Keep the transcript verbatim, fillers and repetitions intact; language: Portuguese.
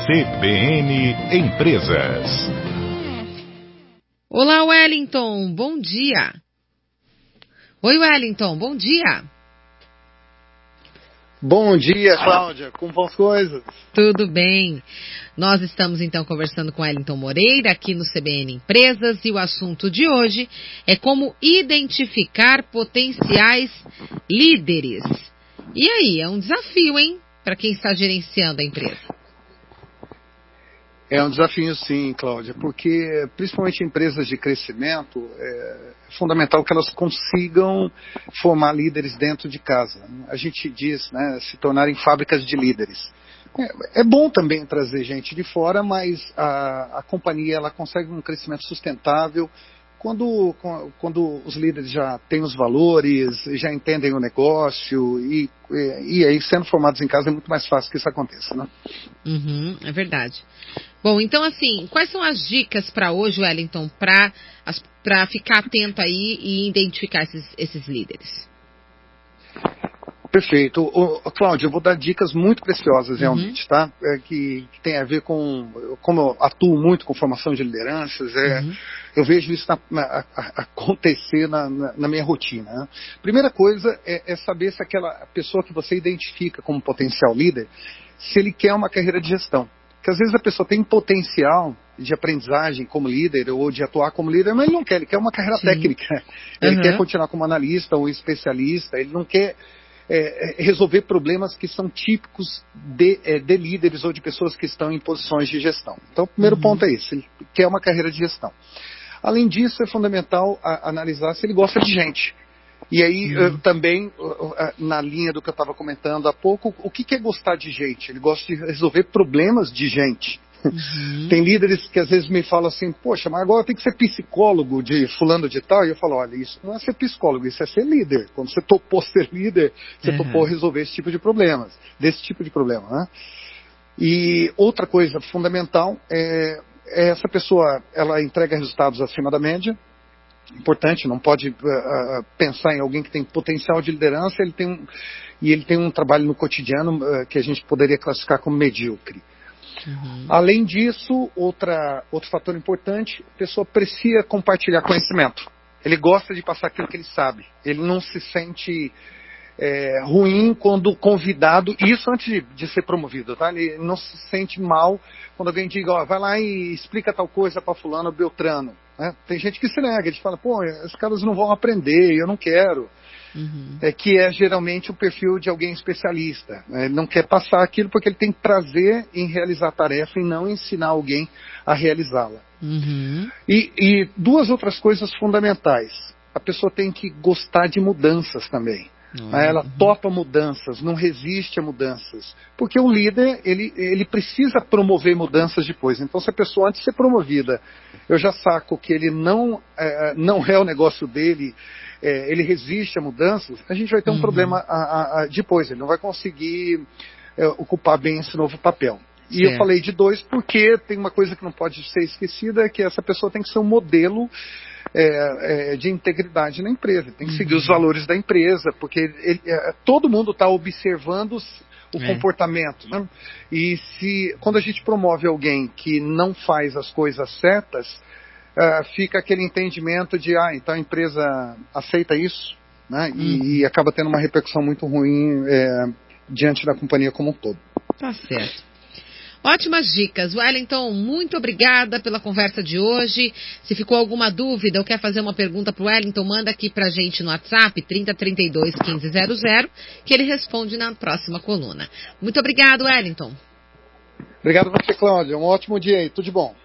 C B N Empresas. Olá, Wellington, bom dia. Oi, Wellington, bom dia. Bom dia, Cláudia, como vão as coisas? Tudo bem. Nós estamos então conversando com Wellington Moreira aqui no C B N Empresas e o assunto de hoje é como identificar potenciais líderes. E aí, é um desafio, hein, para quem está gerenciando a empresa. É um desafio sim, Cláudia, porque principalmente empresas de crescimento, é fundamental que elas consigam formar líderes dentro de casa. A gente diz, né, se tornarem fábricas de líderes. É, é bom também trazer gente de fora, mas a, a companhia ela consegue um crescimento sustentável quando, quando os líderes já têm os valores, já entendem o negócio e, e, e aí sendo formados em casa é muito mais fácil que isso aconteça, né? Uhum, é verdade. Bom, então assim, quais são as dicas para hoje, Wellington, para para ficar atento aí e identificar esses, esses líderes? Perfeito. Ô, ô, Cláudio, eu vou dar dicas muito preciosas realmente, Uhum. tá? É, que, que tem a ver com, como eu atuo muito com formação de lideranças, é, Uhum. eu vejo isso na, na, a, acontecer na, na, na minha rotina. Né? Primeira coisa é, é saber se aquela pessoa que você identifica como potencial líder, se ele quer uma carreira de gestão. Porque às vezes a pessoa tem potencial de aprendizagem como líder ou de atuar como líder, mas ele não quer, ele quer uma carreira Sim. técnica. Ele Uhum. quer continuar como analista ou especialista, ele não quer É, resolver problemas que são típicos de, é, de líderes ou de pessoas que estão em posições de gestão. Então, o primeiro Uhum. ponto é esse, ele quer uma carreira de gestão. Além disso, é fundamental a, analisar se ele gosta de gente. E aí, uhum. eu, também, na linha do que eu estava comentando há pouco, o que, que é gostar de gente? Ele gosta de resolver problemas de gente. Uhum. Tem líderes que às vezes me falam assim, poxa, mas agora tem que ser psicólogo de fulano de tal, e eu falo, olha, isso não é ser psicólogo, isso é ser líder. Quando você topou ser líder, você uhum. topou resolver esse tipo de problemas, desse tipo de problema, né? E outra coisa fundamental é, é essa pessoa, ela entrega resultados acima da média, importante, não pode uh, pensar em alguém que tem potencial de liderança, ele tem um, e ele tem um trabalho no cotidiano uh, que a gente poderia classificar como medíocre. Uhum. Além disso, outra, outro fator importante, a pessoa precisa compartilhar conhecimento. Ele gosta de passar aquilo que ele sabe. Ele não se sente é, ruim quando convidado, isso antes de, de ser promovido, tá? Ele não se sente mal quando alguém diga, ó, vai lá e explica tal coisa para fulano ou beltrano. Né? Tem gente que se nega, eles falam, pô, esses caras não vão aprender, eu não quero. Uhum. É, que é geralmente o perfil de alguém especialista. Né? Ele não quer passar aquilo porque ele tem prazer em realizar a tarefa e não ensinar alguém a realizá-la. Uhum. E, e duas outras coisas fundamentais. A pessoa tem que gostar de mudanças também. Uhum. Né? Ela topa mudanças, não resiste a mudanças. Porque o líder, ele, ele precisa promover mudanças depois. Então, se a pessoa antes de ser promovida, eu já saco que ele não é, não é o negócio dele, É, ele resiste a mudanças, a gente vai ter um uhum. problema a, a, a, depois, ele não vai conseguir é, ocupar bem esse novo papel. E certo. Eu falei de dois porque tem uma coisa que não pode ser esquecida, é que essa pessoa tem que ser um modelo é, é, de integridade na empresa, tem que uhum. seguir os valores da empresa, porque ele, é, todo mundo está observando o é. comportamento. Né? E se, quando a gente promove alguém que não faz as coisas certas, Uh, fica aquele entendimento de, ah, então a empresa aceita isso, né? E, uhum. e acaba tendo uma repercussão muito ruim é, diante da companhia como um todo. Tá certo. Ótimas dicas. Wellington, muito obrigada pela conversa de hoje. Se ficou alguma dúvida ou quer fazer uma pergunta para o Wellington, manda aqui para a gente no WhatsApp, trinta, trinta e dois, quinze zero zero, que ele responde na próxima coluna. Muito obrigado, Wellington. Obrigado a você, Cláudia. Um ótimo dia aí. Tudo de bom.